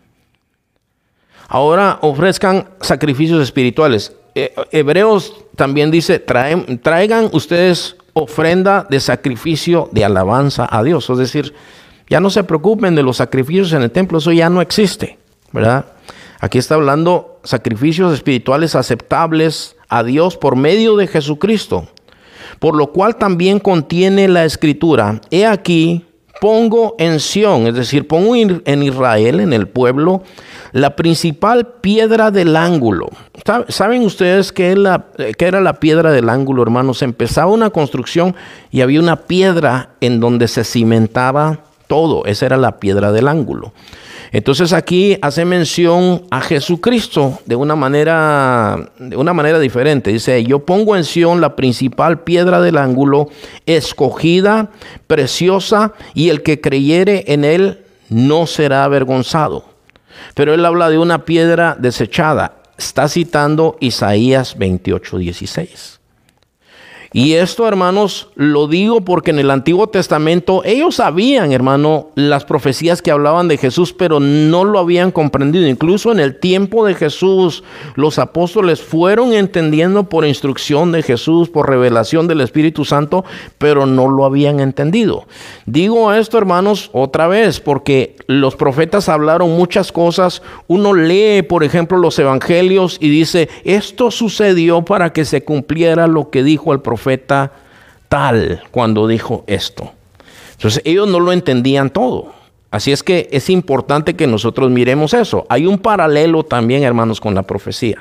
Ahora ofrezcan sacrificios espirituales. Eh, Hebreos también dice, traen, traigan ustedes ofrenda de sacrificio de alabanza a Dios. Es decir, ya no se preocupen de los sacrificios en el templo, eso ya no existe, ¿verdad? Aquí está hablando sacrificios espirituales aceptables a Dios por medio de Jesucristo. Por lo cual también contiene la escritura, he aquí, pongo en Sión, es decir, pongo en Israel, en el pueblo, la principal piedra del ángulo. ¿Saben ustedes qué, es la, qué era la piedra del ángulo, hermanos? Empezaba una construcción y había una piedra en donde se cimentaba todo. Esa era la piedra del ángulo. Entonces aquí hace mención a Jesucristo de una manera, de una manera diferente. Dice, yo pongo en Sión la principal piedra del ángulo, escogida, preciosa, y el que creyere en él no será avergonzado. Pero él habla de una piedra desechada. Está citando Isaías veintiocho, dieciséis. Y esto, hermanos, lo digo porque en el Antiguo Testamento ellos sabían, hermano, las profecías que hablaban de Jesús, pero no lo habían comprendido. Incluso en el tiempo de Jesús, los apóstoles fueron entendiendo por instrucción de Jesús, por revelación del Espíritu Santo, pero no lo habían entendido. Digo esto, hermanos, otra vez, porque los profetas hablaron muchas cosas. Uno lee, por ejemplo, los evangelios y dice, esto sucedió para que se cumpliera lo que dijo el profeta. profeta tal cuando dijo esto. Entonces ellos no lo entendían todo. Así es que es importante que nosotros miremos eso. Hay un paralelo también, hermanos, con la profecía.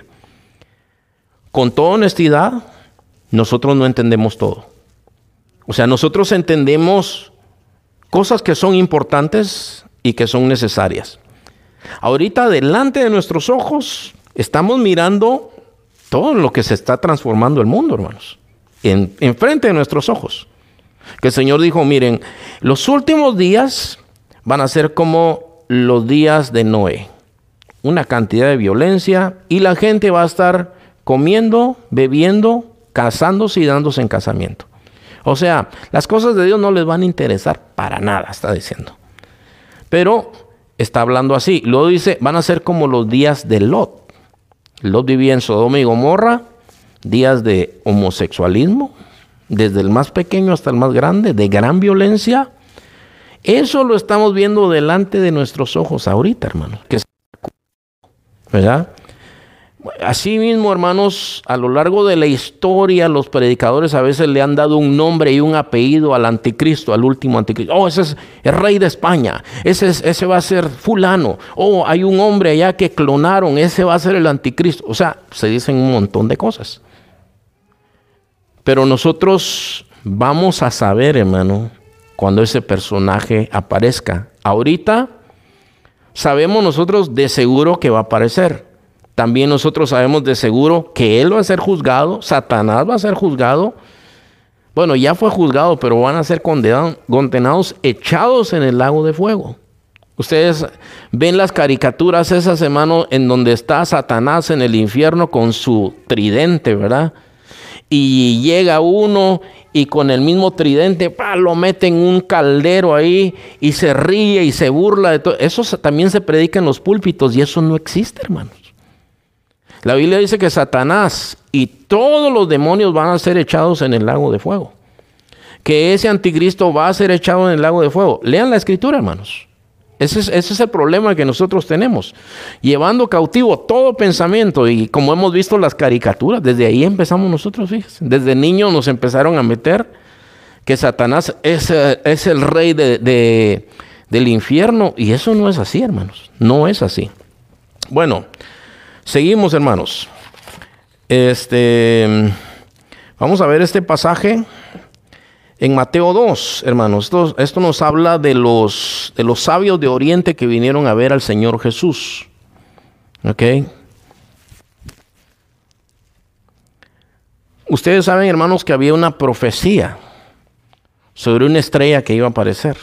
Con toda honestidad, nosotros no entendemos todo. O sea, nosotros entendemos cosas que son importantes y que son necesarias. Ahorita delante de nuestros ojos estamos mirando todo lo que se está transformando el mundo, hermanos. En, en frente de nuestros ojos. Que el Señor dijo, miren, los últimos días van a ser como los días de Noé. Una cantidad de violencia y la gente va a estar comiendo, bebiendo, casándose y dándose en casamiento. O sea, las cosas de Dios no les van a interesar para nada, está diciendo. Pero está hablando así. Luego dice, van a ser como los días de Lot. Lot vivía en Sodoma y Gomorra. Días de homosexualismo, desde el más pequeño hasta el más grande, de gran violencia. Eso lo estamos viendo delante de nuestros ojos ahorita, hermanos. ¿Verdad? Así mismo, hermanos, a lo largo de la historia, los predicadores a veces le han dado un nombre y un apellido al anticristo, al último anticristo. Oh, ese es el rey de España. Ese, es, ese va a ser fulano. Oh, hay un hombre allá que clonaron. Ese va a ser el anticristo. O sea, se dicen un montón de cosas. Pero nosotros vamos a saber, hermano, cuando ese personaje aparezca. Ahorita sabemos nosotros de seguro que va a aparecer. También nosotros sabemos de seguro que él va a ser juzgado, Satanás va a ser juzgado. Bueno, ya fue juzgado, pero van a ser condenados, condenados, echados en el lago de fuego. Ustedes ven las caricaturas esas, hermano, en donde está Satanás en el infierno con su tridente, ¿verdad? Y llega uno y con el mismo tridente ¡pah!, lo mete en un caldero ahí y se ríe y se burla de todo. Eso también se predica en los púlpitos y eso no existe, hermanos. La Biblia dice que Satanás y todos los demonios van a ser echados en el lago de fuego. Que ese anticristo va a ser echado en el lago de fuego. Lean la escritura, hermanos. Ese es, ese es el problema que nosotros tenemos. Llevando cautivo todo pensamiento. Y como hemos visto las caricaturas, desde ahí empezamos nosotros, fíjense. Desde niños nos empezaron a meter que Satanás es, es el rey de, de, del infierno. Y eso no es así, hermanos. No es así. Bueno, seguimos, hermanos. Este, vamos a ver este pasaje. En Mateo dos, hermanos, esto, esto nos habla de los, de los sabios de Oriente que vinieron a ver al Señor Jesús. ¿Ok? Ustedes saben, hermanos, que había una profecía sobre una estrella que iba a aparecer.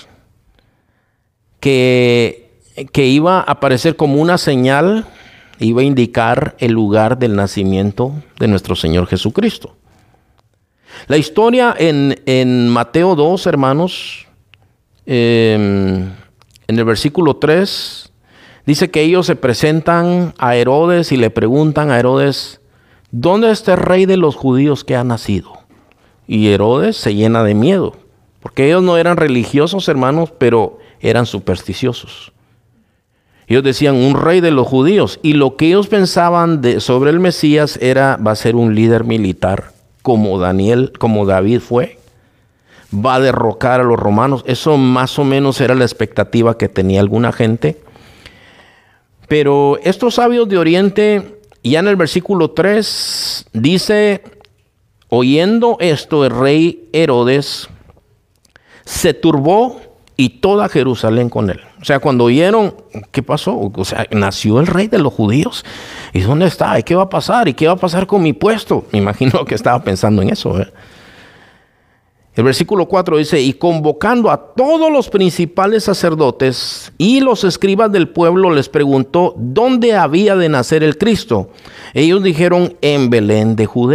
Que, que iba a aparecer como una señal, iba a indicar el lugar del nacimiento de nuestro Señor Jesucristo. La historia en, en Mateo dos, hermanos, eh, en el versículo tres, dice que ellos se presentan a Herodes y le preguntan a Herodes, ¿dónde está el rey de los judíos que ha nacido? Y Herodes se llena de miedo, porque ellos no eran religiosos, hermanos, pero eran supersticiosos. Ellos decían, un rey de los judíos, y lo que ellos pensaban de, sobre el Mesías era, va a ser un líder militar, como Daniel, como David fue, va a derrocar a los romanos. Eso más o menos era la expectativa que tenía alguna gente. Pero estos sabios de Oriente, ya en el versículo tres, dice, oyendo esto, el rey Herodes se turbó y toda Jerusalén con él. O sea, cuando oyeron, ¿qué pasó? O sea, nació el rey de los judíos. ¿Y dónde está? ¿Y qué va a pasar? ¿Y qué va a pasar con mi puesto? Me imagino que estaba pensando en eso, ¿eh? El versículo cuatro dice, y convocando a todos los principales sacerdotes y los escribas del pueblo, les preguntó dónde había de nacer el Cristo. Ellos dijeron, en Belén de Judea.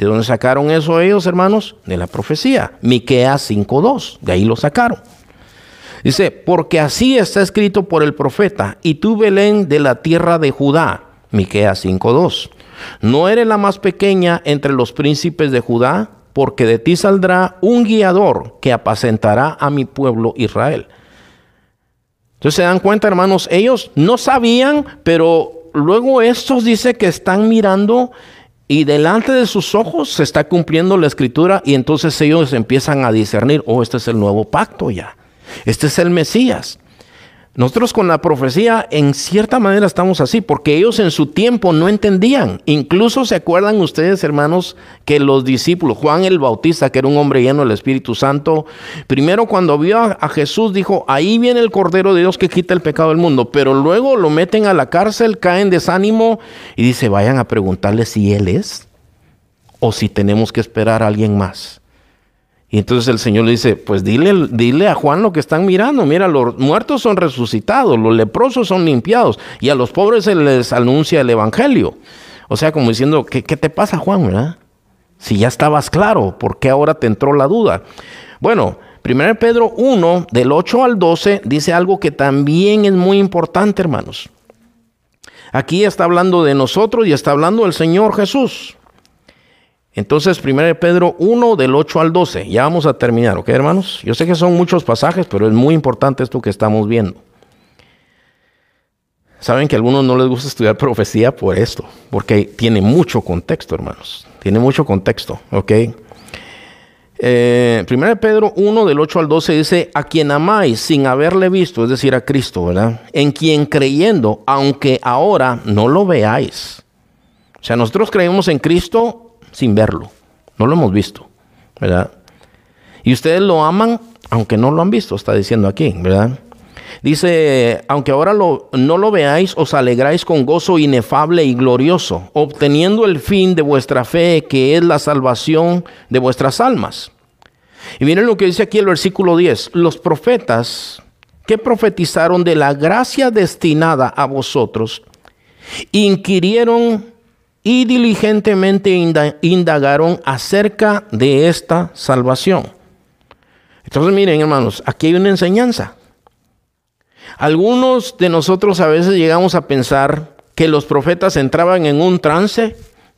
¿De dónde sacaron eso ellos, hermanos? De la profecía. Miqueas cinco dos, de ahí lo sacaron. Dice, porque así está escrito por el profeta, y tú, Belén, de la tierra de Judá. Miqueas cinco dos. No eres la más pequeña entre los príncipes de Judá, porque de ti saldrá un guiador que apacentará a mi pueblo Israel. Entonces se dan cuenta, hermanos, ellos no sabían, pero luego estos dice que están mirando y delante de sus ojos se está cumpliendo la escritura, y entonces ellos empiezan a discernir, oh, este es el nuevo pacto ya. Este es el Mesías. Nosotros con la profecía en cierta manera estamos así, porque ellos en su tiempo no entendían. Incluso se acuerdan ustedes, hermanos, que los discípulos, Juan el Bautista, que era un hombre lleno del Espíritu Santo, primero cuando vio a, a Jesús dijo, ahí viene el Cordero de Dios que quita el pecado del mundo. Pero luego lo meten a la cárcel, caen desánimo y dice, vayan a preguntarle si Él es o si tenemos que esperar a alguien más. Y entonces el Señor le dice, pues dile, dile a Juan lo que están mirando. Mira, los muertos son resucitados, los leprosos son limpiados, y a los pobres se les anuncia el evangelio. O sea, como diciendo, ¿qué, qué te pasa, Juan? ¿Verdad? Si ya estabas claro, ¿por qué ahora te entró la duda? Bueno, primero Pedro uno, del ocho al doce, dice algo que también es muy importante, hermanos. Aquí está hablando de nosotros y está hablando del Señor Jesús. Entonces, primero Pedro uno, del ocho al doce. Ya vamos a terminar, ¿ok, hermanos? Yo sé que son muchos pasajes, pero es muy importante esto que estamos viendo. Saben que a algunos no les gusta estudiar profecía por esto, porque tiene mucho contexto, hermanos. Tiene mucho contexto, ¿ok? Eh, primero Pedro uno, del ocho al doce dice, a quien amáis sin haberle visto, es decir, a Cristo, ¿verdad? En quien creyendo, aunque ahora no lo veáis. O sea, nosotros creemos en Cristo sin verlo, no lo hemos visto, ¿verdad? Y ustedes lo aman, aunque no lo han visto, está diciendo aquí, ¿verdad? Dice, aunque ahora lo, no lo veáis, os alegráis con gozo inefable y glorioso, obteniendo el fin de vuestra fe, que es la salvación de vuestras almas. Y miren lo que dice aquí el versículo diez, los profetas que profetizaron de la gracia destinada a vosotros, inquirieron y diligentemente indagaron acerca de esta salvación. Entonces miren, hermanos, aquí hay una enseñanza. Algunos de nosotros a veces llegamos a pensar que los profetas entraban en un trance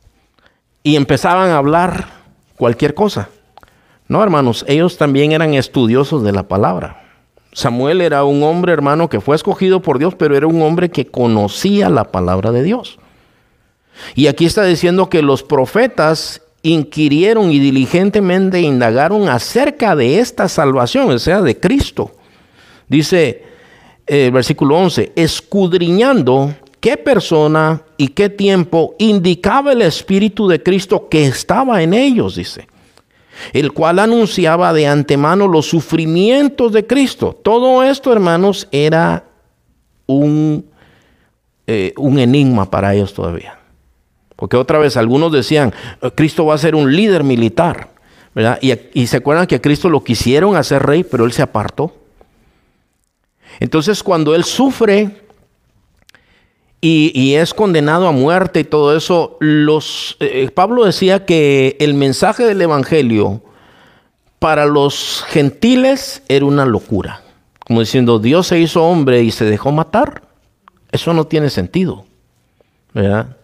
y empezaban a hablar cualquier cosa. No, hermanos, ellos también eran estudiosos de la palabra. Samuel era un hombre, hermano, que fue escogido por Dios, pero era un hombre que conocía la palabra de Dios. Y aquí está diciendo que los profetas inquirieron y diligentemente indagaron acerca de esta salvación, o sea, de Cristo. Dice el eh, versículo once, escudriñando qué persona y qué tiempo indicaba el Espíritu de Cristo que estaba en ellos, dice, el cual anunciaba de antemano los sufrimientos de Cristo. Todo esto, hermanos, era un, eh, un enigma para ellos todavía. Porque otra vez algunos decían, Cristo va a ser un líder militar, ¿verdad? Y, y se acuerdan que a Cristo lo quisieron hacer rey, pero Él se apartó. Entonces cuando Él sufre y, y es condenado a muerte y todo eso, los, eh, Pablo decía que el mensaje del Evangelio para los gentiles era una locura. Como diciendo, Dios se hizo hombre y se dejó matar. Eso no tiene sentido, ¿verdad?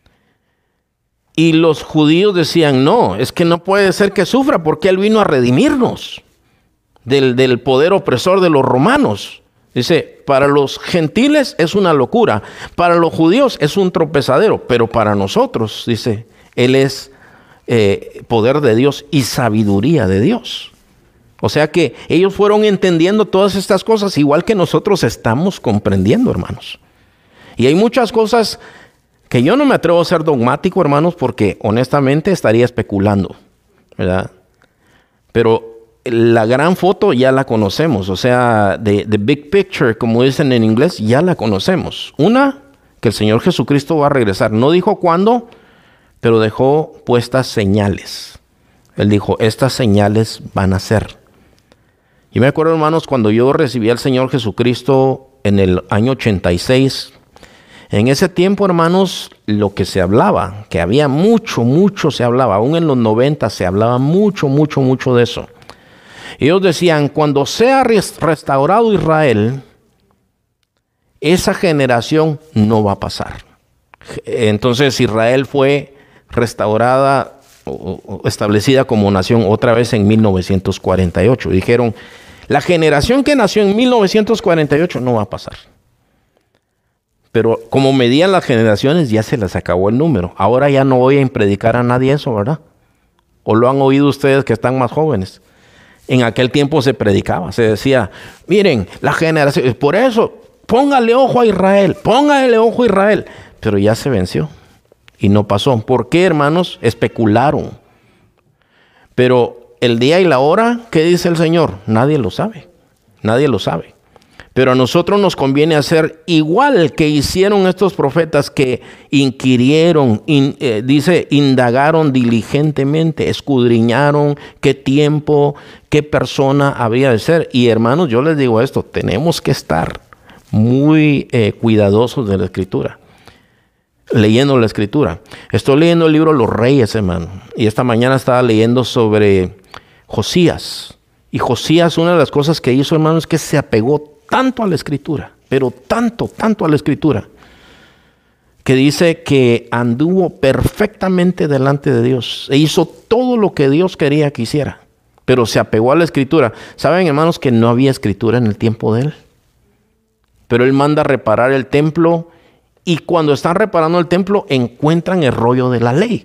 Y los judíos decían, no, es que no puede ser que sufra porque Él vino a redimirnos del, del poder opresor de los romanos. Dice, para los gentiles es una locura, para los judíos es un tropezadero, pero para nosotros, dice, Él es eh, poder de Dios y sabiduría de Dios. O sea que ellos fueron entendiendo todas estas cosas igual que nosotros estamos comprendiendo, hermanos. Y hay muchas cosas que yo no me atrevo a ser dogmático, hermanos, porque honestamente estaría especulando, ¿verdad? Pero la gran foto ya la conocemos, o sea, the, the big picture, como dicen en inglés, ya la conocemos. Una, que el Señor Jesucristo va a regresar. No dijo cuándo, pero dejó puestas señales. Él dijo, estas señales van a ser. Yo me acuerdo, hermanos, cuando yo recibí al Señor Jesucristo en el año ochenta y seis, En ese tiempo, hermanos, lo que se hablaba, que había mucho, mucho se hablaba, aún en los noventa se hablaba mucho, mucho, mucho de eso. Ellos decían, cuando sea restaurado Israel, esa generación no va a pasar. Entonces Israel fue restaurada o establecida como nación otra vez en mil novecientos cuarenta y ocho. Dijeron, la generación que nació en mil novecientos cuarenta y ocho no va a pasar. Pero como medían las generaciones, ya se les acabó el número. Ahora ya no voy a predicar a nadie eso, ¿verdad? ¿O lo han oído ustedes que están más jóvenes? En aquel tiempo se predicaba, se decía, miren, la generación, por eso, póngale ojo a Israel, póngale ojo a Israel. Pero ya se venció y no pasó. ¿Por qué, hermanos? Especularon. Pero el día y la hora, ¿qué dice el Señor? Nadie lo sabe, nadie lo sabe. Pero a nosotros nos conviene hacer igual que hicieron estos profetas que inquirieron, in, eh, dice, indagaron diligentemente, escudriñaron qué tiempo, qué persona había de ser. Y hermanos, yo les digo esto, tenemos que estar muy eh, cuidadosos de la Escritura, leyendo la Escritura. Estoy leyendo el libro Los Reyes, hermano, y esta mañana estaba leyendo sobre Josías. Y Josías, una de las cosas que hizo, hermano, es que se apegó tanto a la Escritura, pero tanto, tanto a la Escritura, que dice que anduvo perfectamente delante de Dios e hizo todo lo que Dios quería que hiciera, pero se apegó a la Escritura. ¿Saben, hermanos, que no había Escritura en el tiempo de él? Pero él manda a reparar el templo y cuando están reparando el templo encuentran el rollo de la ley.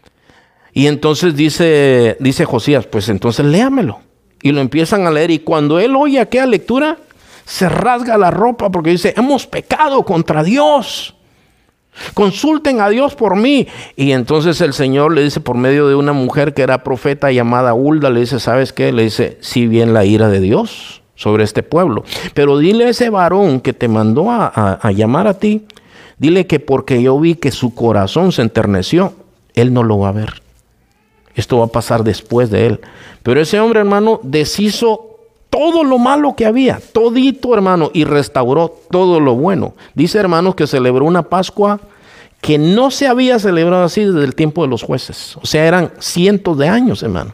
Y entonces dice, dice Josías, pues entonces léamelo. Y lo empiezan a leer y cuando él oye aquella lectura, se rasga la ropa porque dice, hemos pecado contra Dios. Consulten a Dios por mí. Y entonces el Señor le dice por medio de una mujer que era profeta llamada Hulda, le dice, ¿sabes qué? Le dice, si bien la ira de Dios sobre este pueblo. Pero dile a ese varón que te mandó a, a, a llamar a ti, dile que porque yo vi que su corazón se enterneció, él no lo va a ver. Esto va a pasar después de él. Pero ese hombre, hermano, deshizo todo lo malo que había, todito, hermano, y restauró todo lo bueno. Dice, hermanos, que celebró una Pascua que no se había celebrado así desde el tiempo de los jueces. O sea, eran cientos de años, hermano.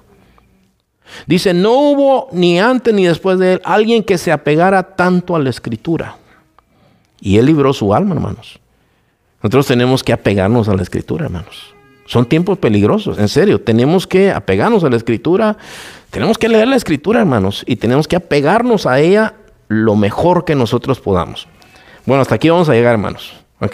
Dice, no hubo ni antes ni después de él alguien que se apegara tanto a la Escritura. Y él libró su alma, hermanos. Nosotros tenemos que apegarnos a la Escritura, hermanos. Son tiempos peligrosos, en serio. Tenemos que apegarnos a la Escritura. Tenemos que leer la Escritura, hermanos. Y tenemos que apegarnos a ella lo mejor que nosotros podamos. Bueno, hasta aquí vamos a llegar, hermanos. ¿Ok?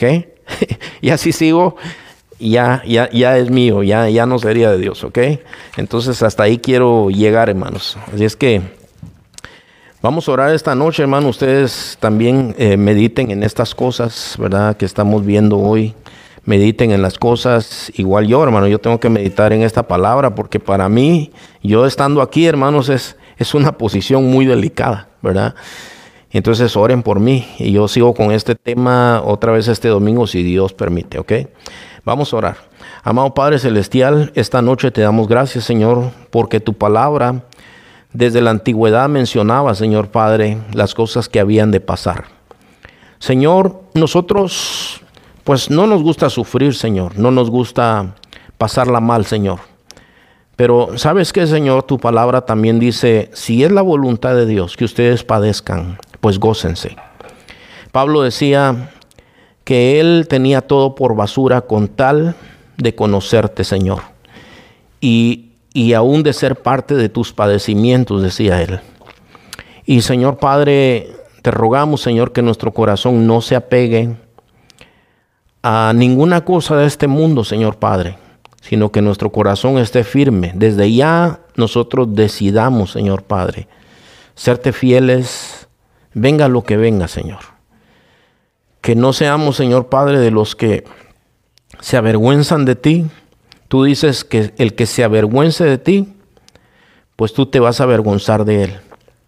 Y así sigo. Ya, ya, ya es mío. Ya, ya no sería de Dios. ¿Ok? Entonces hasta ahí quiero llegar, hermanos. Así es que vamos a orar esta noche, hermanos. Ustedes también eh, mediten en estas cosas, ¿verdad? Que estamos viendo hoy. Mediten en las cosas, igual yo, hermano, yo tengo que meditar en esta palabra, porque para mí, yo estando aquí, hermanos, es, es una posición muy delicada, ¿verdad? Entonces oren por mí, y yo sigo con este tema otra vez este domingo, si Dios permite, ¿ok? Vamos a orar. Amado Padre Celestial, esta noche te damos gracias, Señor, porque tu palabra desde la antigüedad mencionaba, Señor Padre, las cosas que habían de pasar. Señor, nosotros pues no nos gusta sufrir, Señor. No nos gusta pasarla mal, Señor. Pero ¿sabes qué, Señor? Tu palabra también dice, si es la voluntad de Dios que ustedes padezcan, pues gócense. Pablo decía que él tenía todo por basura con tal de conocerte, Señor. Y, y aún de ser parte de tus padecimientos, decía él. Y Señor Padre, te rogamos, Señor, que nuestro corazón no se apegue a ninguna cosa de este mundo, Señor Padre, sino que nuestro corazón esté firme. Desde ya nosotros decidamos, Señor Padre, serte fieles, venga lo que venga, Señor. Que no seamos, Señor Padre, de los que se avergüenzan de ti. Tú dices que el que se avergüence de ti, pues tú te vas a avergonzar de él.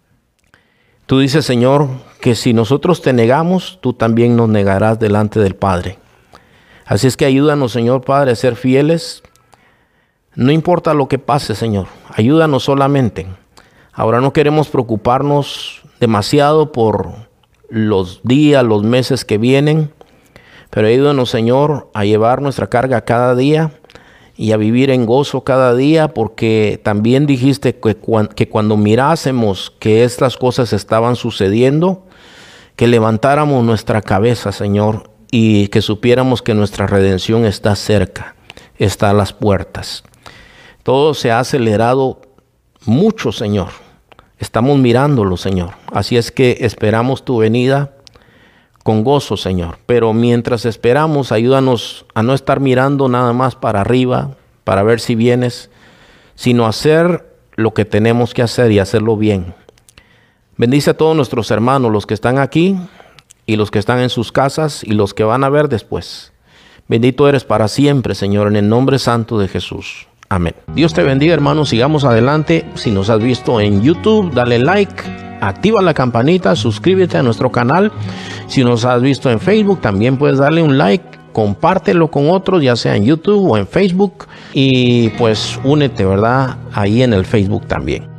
Tú dices, Señor, que si nosotros te negamos, tú también nos negarás delante del Padre. Así es que ayúdanos, Señor Padre, a ser fieles. No importa lo que pase, Señor. Ayúdanos solamente. Ahora no queremos preocuparnos demasiado por los días, los meses que vienen, pero ayúdanos, Señor, a llevar nuestra carga cada día y a vivir en gozo cada día, porque también dijiste que, cuan, que cuando mirásemos que estas cosas estaban sucediendo, que levantáramos nuestra cabeza, Señor, y que supiéramos que nuestra redención está cerca, está a las puertas. Todo se ha acelerado mucho, Señor. Estamos mirándolo, Señor. Así es que esperamos tu venida con gozo, Señor. Pero mientras esperamos, ayúdanos a no estar mirando nada más para arriba, para ver si vienes, sino hacer lo que tenemos que hacer y hacerlo bien. Bendice a todos nuestros hermanos, los que están aquí y los que están en sus casas y los que van a ver después. Bendito eres para siempre, Señor, en el nombre santo de Jesús. Amén. Dios te bendiga, hermanos. Sigamos adelante. Si nos has visto en YouTube, dale like, activa la campanita, suscríbete a nuestro canal. Si nos has visto en Facebook, también puedes darle un like, compártelo con otros, ya sea en YouTube o en Facebook. Y pues únete, ¿verdad? Ahí en el Facebook también.